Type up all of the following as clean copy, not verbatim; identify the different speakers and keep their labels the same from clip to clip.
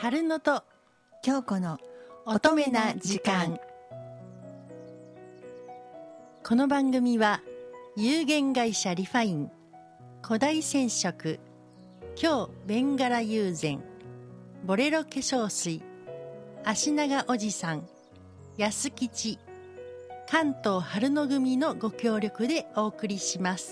Speaker 1: 春野と
Speaker 2: 京子の
Speaker 1: 乙女な時間。この番組は有限会社リファイン、古代染色、京ベンガラ友禅、ボレロ化粧水、足長おじさん、安吉、関東春野組のご協力でお送りします。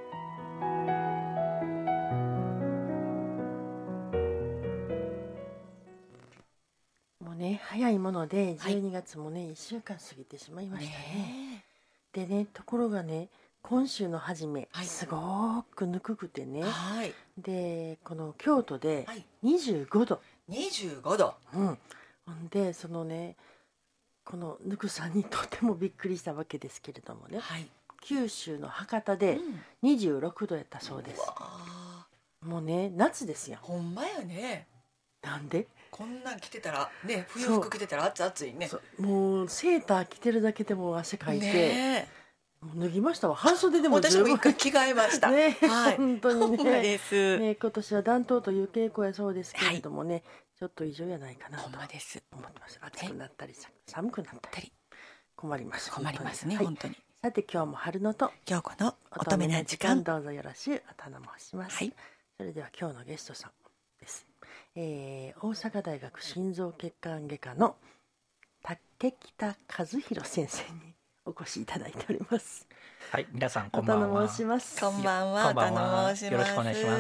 Speaker 3: もうね、早いもので12月もね、1週間過ぎてしまいましたね。でね、ところがね、今週の初め、すごくぬくくてね、でこの京都で25度、
Speaker 2: 25度、
Speaker 3: ほんでそのね、このぬくさにとてもびっくりしたわけですけれどもね、九州の博多で26度やったそうです。もうね、夏ですよ。
Speaker 2: ほんまやね。
Speaker 3: なんで
Speaker 2: こんなん着てたらね、冬服着てたら暑いね。
Speaker 3: もうセーター着てるだけでも汗かいて、
Speaker 2: ね、
Speaker 3: もう脱ぎましたわ。半袖でも
Speaker 2: 私も一回着替えました
Speaker 3: ね、本当にね。
Speaker 2: です、
Speaker 3: ね、今年は暖冬という傾向やそうですけれどもね、ちょっと異常やないかなと思ってます。暑くなったり寒くなったり困ります
Speaker 2: ね、本当に。
Speaker 3: さて今日も春野と
Speaker 2: 京子の乙女な時間、
Speaker 3: どうぞよろしくお頼申します。それでは今日のゲストさんです。大阪大学心臓血管外科の竹北和弘先生にお越しいただいております。
Speaker 4: はい、皆さんこんばんは。
Speaker 3: お頼申します。
Speaker 2: こんばんは。頼申します。
Speaker 4: よろしくお願いします。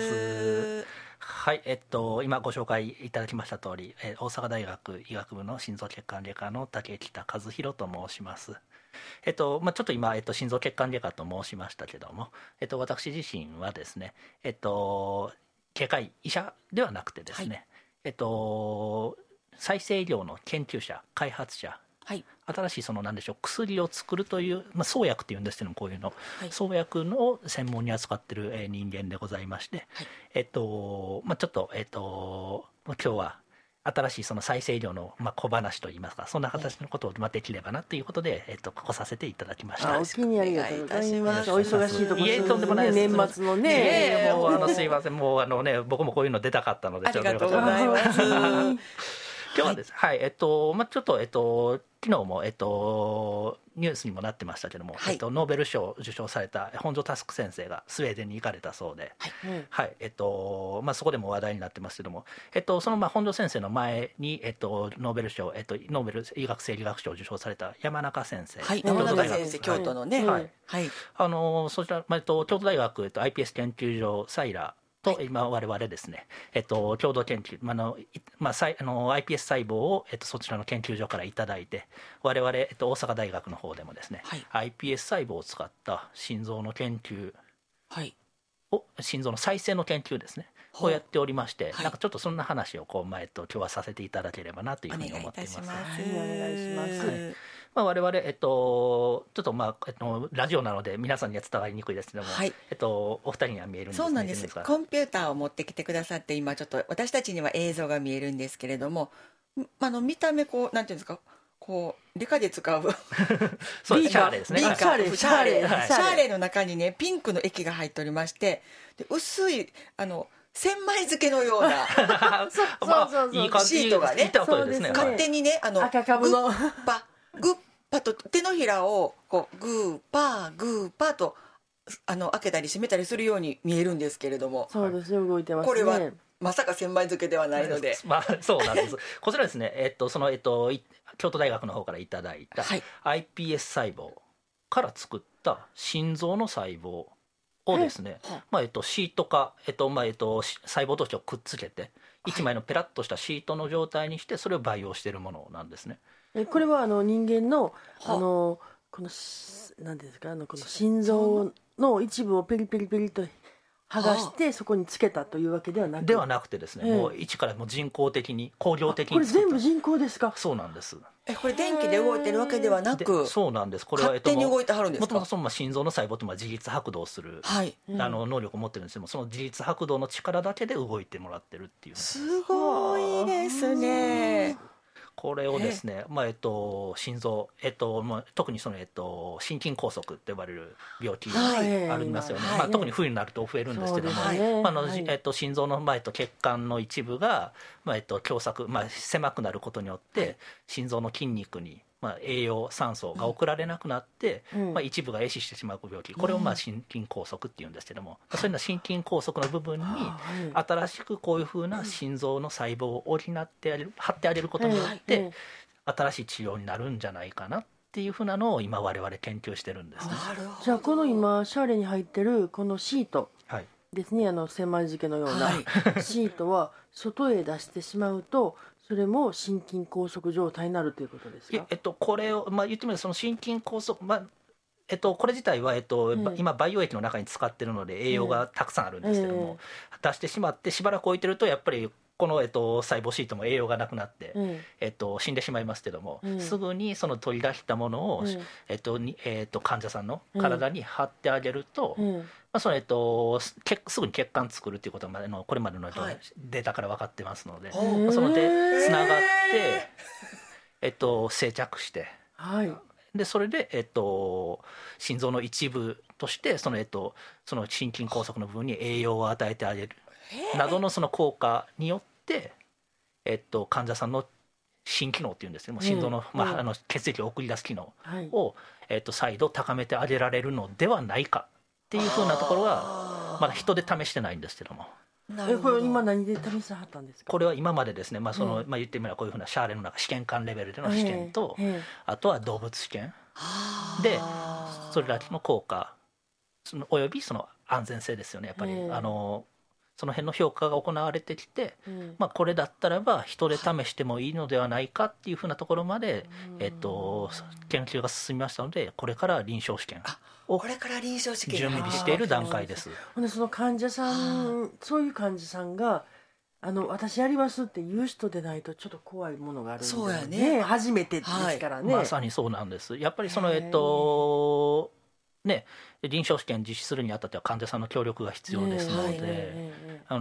Speaker 4: はい、今ご紹介いただきました通り、大阪大学医学部の心臓血管外科の竹北和弘と申します。ちょっと今、心臓血管外科と申しましたけども、私自身はですね、外科医、医者ではなくてですね、再生医療の研究者、開発者、新しい何でしょう、薬を作るという、創薬っていうんですけども、こういうの、創薬の専門に扱っている人間でございまして、ちょっと、今日は新しい再生医療の小話といいますか、そんな形のことをできればなということで、来させていただきました。
Speaker 3: お気にありがとうございます。お忙しいところ
Speaker 4: とんでもないです。
Speaker 3: 年末のね、
Speaker 4: もうすいません、もう僕もこういうの出たかったので、
Speaker 2: ありがとうございます。
Speaker 4: 今日はですね、ちょっと昨日もニュースにもなってましたけども、ノーベル賞を受賞された本庶佑先生がスウェーデンに行かれたそうで、そこでも話題になってますけども、その本庶先生の前にノーベル賞、ノーベル医学生理学賞を受賞された山中先生、
Speaker 2: 山中先生、京都のね、
Speaker 4: そちら、京都大学iPS 研究所サイラと今我々ですね、共同研究、iPS 細胞を、そちらの研究所からいただいて、我々、大阪大学の方でもですね、iPS 細胞を使った心臓の研究を、心臓の再生の研究ですね、をやっておりまして、なんかちょっとそんな話を今日はさせていただければなというふうに思っています。
Speaker 3: お願いします。
Speaker 4: 我々、ちょっとラジオなので皆さんには伝わりにくいですけども、お二人には見えるんですね。
Speaker 2: そうなんです。コンピューターを持ってきてくださって、今ちょっと私たちには映像が見えるんですけれども、見た目なんていうんですか、理科で使う
Speaker 4: そうです、シャーレですね。
Speaker 2: シャーレの中にね、ピンクの液が入っておりまして、で薄い千枚漬けのようなシートがね、勝手にね、
Speaker 3: 赤かぶの
Speaker 2: グッパと手のひらをグーパーと開けたり閉めたりするように見えるんですけれども、
Speaker 3: そうですよ、動いてますね。
Speaker 2: これはまさか千枚漬けではないので、
Speaker 4: そうなんです。こちらですね、京都大学の方からいただいた iPS 細胞から作った心臓の細胞をですね、シート化、細胞同士をくっつけて1枚のペラッとしたシートの状態にして、それを培養しているものなんですね。
Speaker 3: これは人間のこの何ですか、この心臓の一部をペリペリペリと剥がしてそこにつけたというわけではなく
Speaker 4: てですね、もう一からもう人工的に工業的に
Speaker 3: これ全部人工ですか？
Speaker 4: そうなんです。
Speaker 2: これ電気で動いてるわけではなく、
Speaker 4: そうなんです。これは
Speaker 2: 勝手に動いてはるんですか？
Speaker 4: もともと心臓の細胞って自律拍動する、能力を持ってるんですけども、その自律拍動の力だけで動いてもらってるっていう。
Speaker 2: すごいですね。
Speaker 4: これをですね、心臓、特にその、心筋梗塞って呼ばれる病気がありますよね、特に冬になると増えるんですけども、心臓の血管の一部が、狭窄、狭くなることによって、心臓の筋肉に栄養酸素が送られなくなって、一部が壊死してしまう病気、これを心筋梗塞っていうんですけども、そういうのは心筋梗塞の部分に新しくこういうふうな心臓の細胞を補ってあげる、張ってあげることによって新しい治療になるんじゃないかなっていうふうなのを今我々研究してるんですね。
Speaker 3: じゃあこの今シャーレに入ってるこのシートですね、千枚漬けのようなシートは外へ出してしまうとそれも心筋梗塞状態になるということですか？
Speaker 4: これを、言ってみればその心筋梗塞、これ自体は、今培養液の中に使ってるので栄養がたくさんあるんですけども、出してしまってしばらく置いてるとやっぱりこの、細胞シートも栄養がなくなって、死んでしまいますけども、すぐにその取り出したものを、患者さんの体に貼ってあげると、すぐに血管作るっていうことはこれまでのデータから分かってますので、そのでつながって、生着して、でそれで、心臓の一部としてその心筋梗塞の部分に栄養を与えてあげるなどのその効果によって、患者さんの心機能っていうんですけども、心臓の、血液を送り出す機能を、再度高めてあげられるのではないかっていうふうなところはまだ人で試してないんですけども。
Speaker 3: これ今何で試さはったんですか？
Speaker 4: これは今までですね、言ってみればこういうふうなシャーレの中試験管レベルでの試験と、あとは動物試験でそれらの効果およびその安全性ですよね、やっぱりその辺の評価が行われてきて、これだったらば人で試してもいいのではないかっていうふうなところまで、研究が進みましたので、これから臨床試験を準備している段階です。
Speaker 3: その患者さん、そういう患者さんが私やりますって言う人でないとちょっと怖いものがあるんですよね。初めてですからね。
Speaker 4: まさにそうなんです。やっぱりその臨床試験実施するにあたっては患者さんの協力が必要ですので、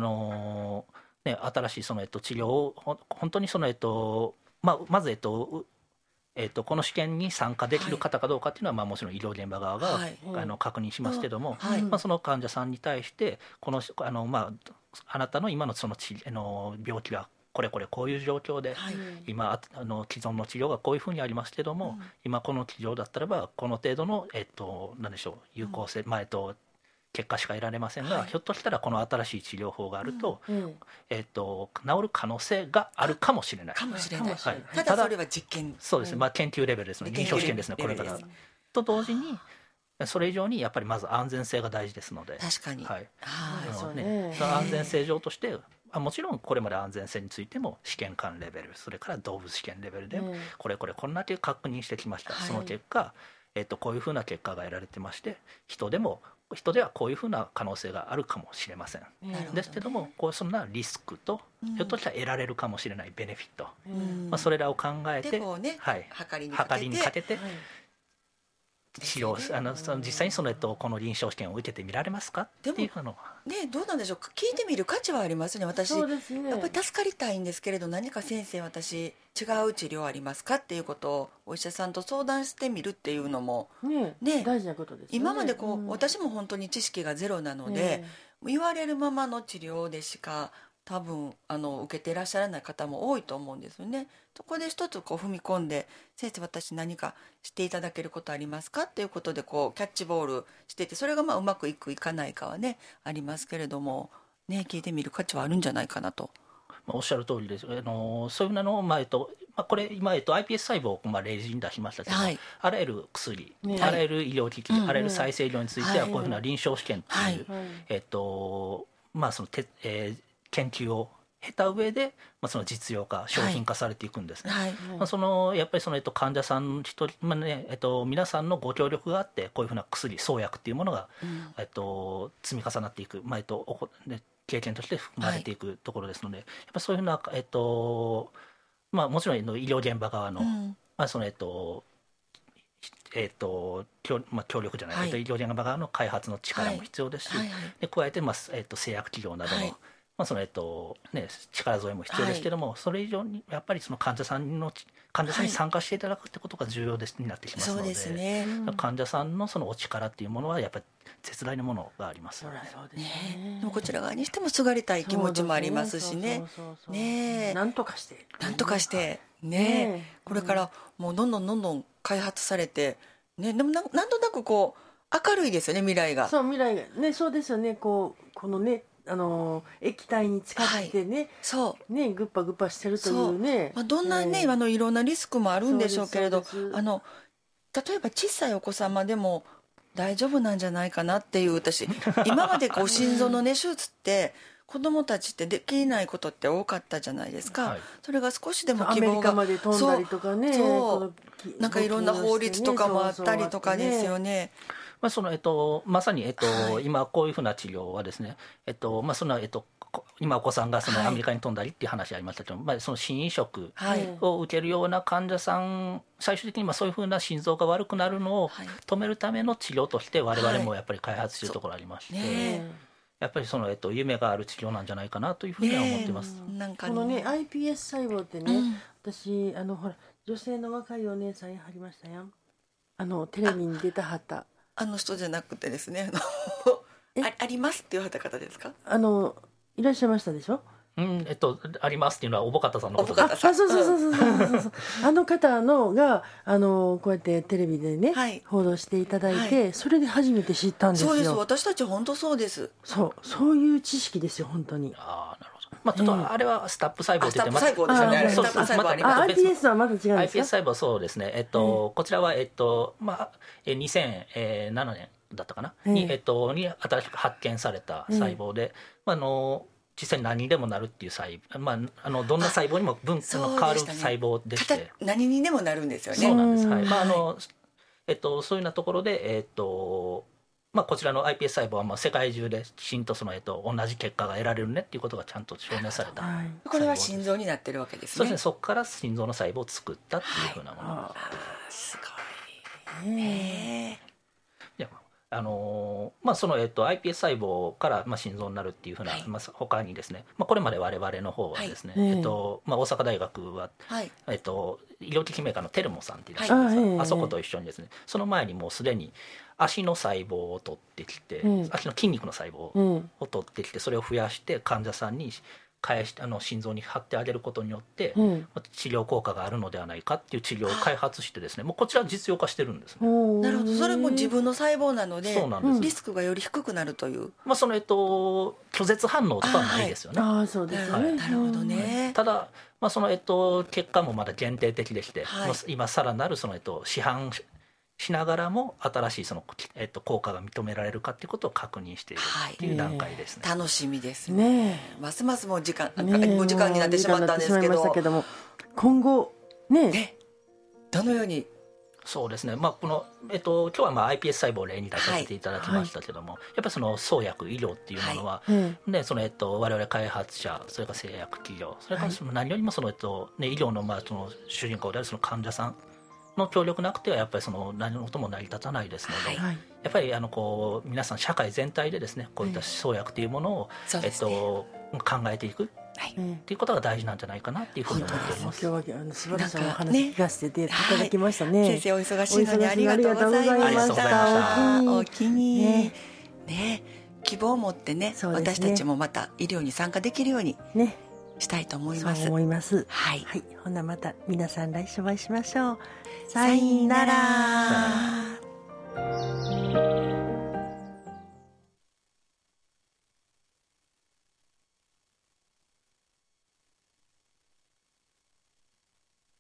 Speaker 4: 新しいその治療を本当にそのまずこの試験に参加できる方かどうかっていうのは、もちろん医療現場側が、確認しますけども、その患者さんに対してあなたの今のその病気がこういう状況で、今既存の治療がこういうふうにありますけども、今この治療だったらばこの程度の何でしょう、有効性、結果しか得られませんが、ひょっとしたらこの新しい治療法があると、治る可能性があるかもしれない。
Speaker 2: ただそれは実験、
Speaker 4: そうですね、研究レベルですね、臨床試験ですね、これから。と同時にそれ以上にやっぱりまず安全性が大事ですので、
Speaker 2: 確かに、
Speaker 4: その安全性上としてもちろんこれまで安全性についても試験管レベル、それから動物試験レベルでこんだけ確認してきました、その結果、こういうふうな結果が得られてまして、人ではこういうふうな可能性があるかもしれません、ですけどもそんなリスクと、ひょっとしたら得られるかもしれないベネフィット、それらを考えて、
Speaker 2: 測りにかけて
Speaker 4: 治療実際にこの臨床試験を受けてみられますかっていうのは
Speaker 2: どうなんでしょう、聞いてみる価値はありますね。私やっぱり助かりたいんですけれど、何か先生私違う治療ありますかっていうことをお医者さんと相談してみるっていうのも
Speaker 3: 大事なことですよね。
Speaker 2: 今まで私も本当に知識がゼロなので、言われるままの治療でしか多分受けていらっしゃらない方も多いと思うんですよね。そこで一つ踏み込んで、先生私何かしていただけることありますかっていうことでキャッチボールしてて、それがうまくいくいかないかはねありますけれどもね、聞いてみる価値はあるんじゃないかなと。
Speaker 4: おっしゃる通りです。そういうのをこれ今iPS 細胞を例示に出しましたけど、あらゆる薬、あらゆる医療機器、あらゆる再生医療についてはこういうふうな臨床試験っていう、その研究を経た上で、その実用化商品化されていくんですね。やっぱり患者さん一人、皆さんのご協力があってこういうふうな薬創薬っていうものが、積み重なっていく、経験として含まれていくところですので、やっぱそういうふうな、もちろん医療現場側の、協力じゃない、医療現場側の開発の力も必要ですし、で加えて、製薬企業などのそのね、力添えも必要ですけども、それ以上にやっぱりその患者さんに参加していただくってことが重要になってきますので、
Speaker 2: そうですね、
Speaker 4: 患者さんのそのお力っていうものはやっぱり絶大なものがありますよね。
Speaker 3: そうですね。
Speaker 2: でもこちら側にしてもすがりたい気持ちもありますしね。ね、
Speaker 3: なんとかして
Speaker 2: ね、これからもうどんどん開発されてね、でもなんとなくこう明るいですよね、未来が。
Speaker 3: そう、未来がね、そうですよね。このね、液体に使ってね、
Speaker 2: そう
Speaker 3: ね、グッパグッパしてるというね。
Speaker 2: どんなね、いろんなリスクもあるんでしょうけれど、
Speaker 3: そうです
Speaker 2: 例えば小さいお子様でも大丈夫なんじゃないかなっていう、私今までこう心臓のね手術って子供たちってできないことって多かったじゃないですか、はい、それが少しでも希望が
Speaker 3: アメリカまで飛んだりとかね、
Speaker 2: なんかいろんな法律とかもあったりとかですよね。
Speaker 4: まさに、今こういうふうな治療はですね、今お子さんがアメリカに飛んだりっていう話ありましたけど、その心移植を受けるような患者さん、最終的にそういうふうな心臓が悪くなるのを止めるための治療として我々もやっぱり開発しているところありまして、やっぱり夢がある治療なんじゃないかなというふうには思ってます。
Speaker 2: なんか
Speaker 3: このね iPS 細胞ってね、私ほら女性の若いお姉さんやはりましたやん、テレビに出たはった
Speaker 2: 人じゃなくてですね、ありますって言われた方ですか？
Speaker 3: いらっしゃいましたでしょ。
Speaker 4: ありますっていうのはおぼかたさんのことです。
Speaker 3: そうあの方のがこうやってテレビでね、報道していただいて、それで初めて知ったんですよ。
Speaker 2: そうです、私たち本当そうです。
Speaker 3: そういう知識ですよ本当に。
Speaker 4: ああ、なるほど。ちょっとあれはスタップ細胞って言って
Speaker 2: スタップ細胞ですよね。スタップ細胞あります。
Speaker 3: iPS はまだ違うんですか？
Speaker 4: iPS 細胞、そうですね。こちらは2007年だったかなに新しく発見された細胞で、実際に何にでもなるっていう細胞、どんな細胞にも変わる細胞でして、
Speaker 2: 何にでもなるんですよね。
Speaker 4: そうなんです。はい。そういうようなところでこちらの iPS 細胞は世界中できちんと同じ結果が得られるねっていうことがちゃんと証明された。
Speaker 2: これは心臓になってるわけですね。
Speaker 4: そうですね。そこから心臓の細胞を作ったっていうふうなもの。
Speaker 2: すごい。
Speaker 4: iPS 細胞から心臓になるっていうふうな、他にですね、これまで我々の方はですね、大阪大学は、医療機器メーカーのテルモさんっていらっしゃるんですが、あそこと一緒にですね、その前にもうすでに足の細胞を取ってきて、足の筋肉の細胞を取ってきて、それを増やして患者さんに心臓に貼ってあげることによって、治療効果があるのではないかっていう治療を開発してですね、もうこちら実用化してるんですね。
Speaker 2: なるほど。それも自分の細胞なので、リスクがより低くなるという。
Speaker 4: 拒絶反応とかはないですよね。
Speaker 3: そうですね。
Speaker 2: なるほどね。
Speaker 4: ただ、結果もまだ限定的でして、今さらなる市販しながらも新しい効果が認められるかっていうことを確認しているっていう段階ですね。
Speaker 2: 楽しみですね。ますますもう時間になってしまったんですけど、
Speaker 3: 今後ね、
Speaker 2: どのように。
Speaker 4: そうですね。今日はiPS 細胞を例に出させていただきましたけども、やっぱり創薬医療っていうものは、我々開発者、それから製薬企業、それから何よりも医療の主人公である患者さんの協力なくてはやっぱり何事も成り立たないですので、やっぱり皆さん社会全体でですね、こういった創薬というものを、考えていくっていうことが大事なんじゃないかなっていうふうに思っております。
Speaker 3: 今日は素晴らしいお話聞かせていただきましたね。
Speaker 2: 先生お忙しいのにありがとうございました。お気にね、希望を持ってね、私たちもまた医療に参加できるようにしたいと思います。
Speaker 3: そう思います。はい。ほなまた皆さん来週お会いしましょう。さよなら。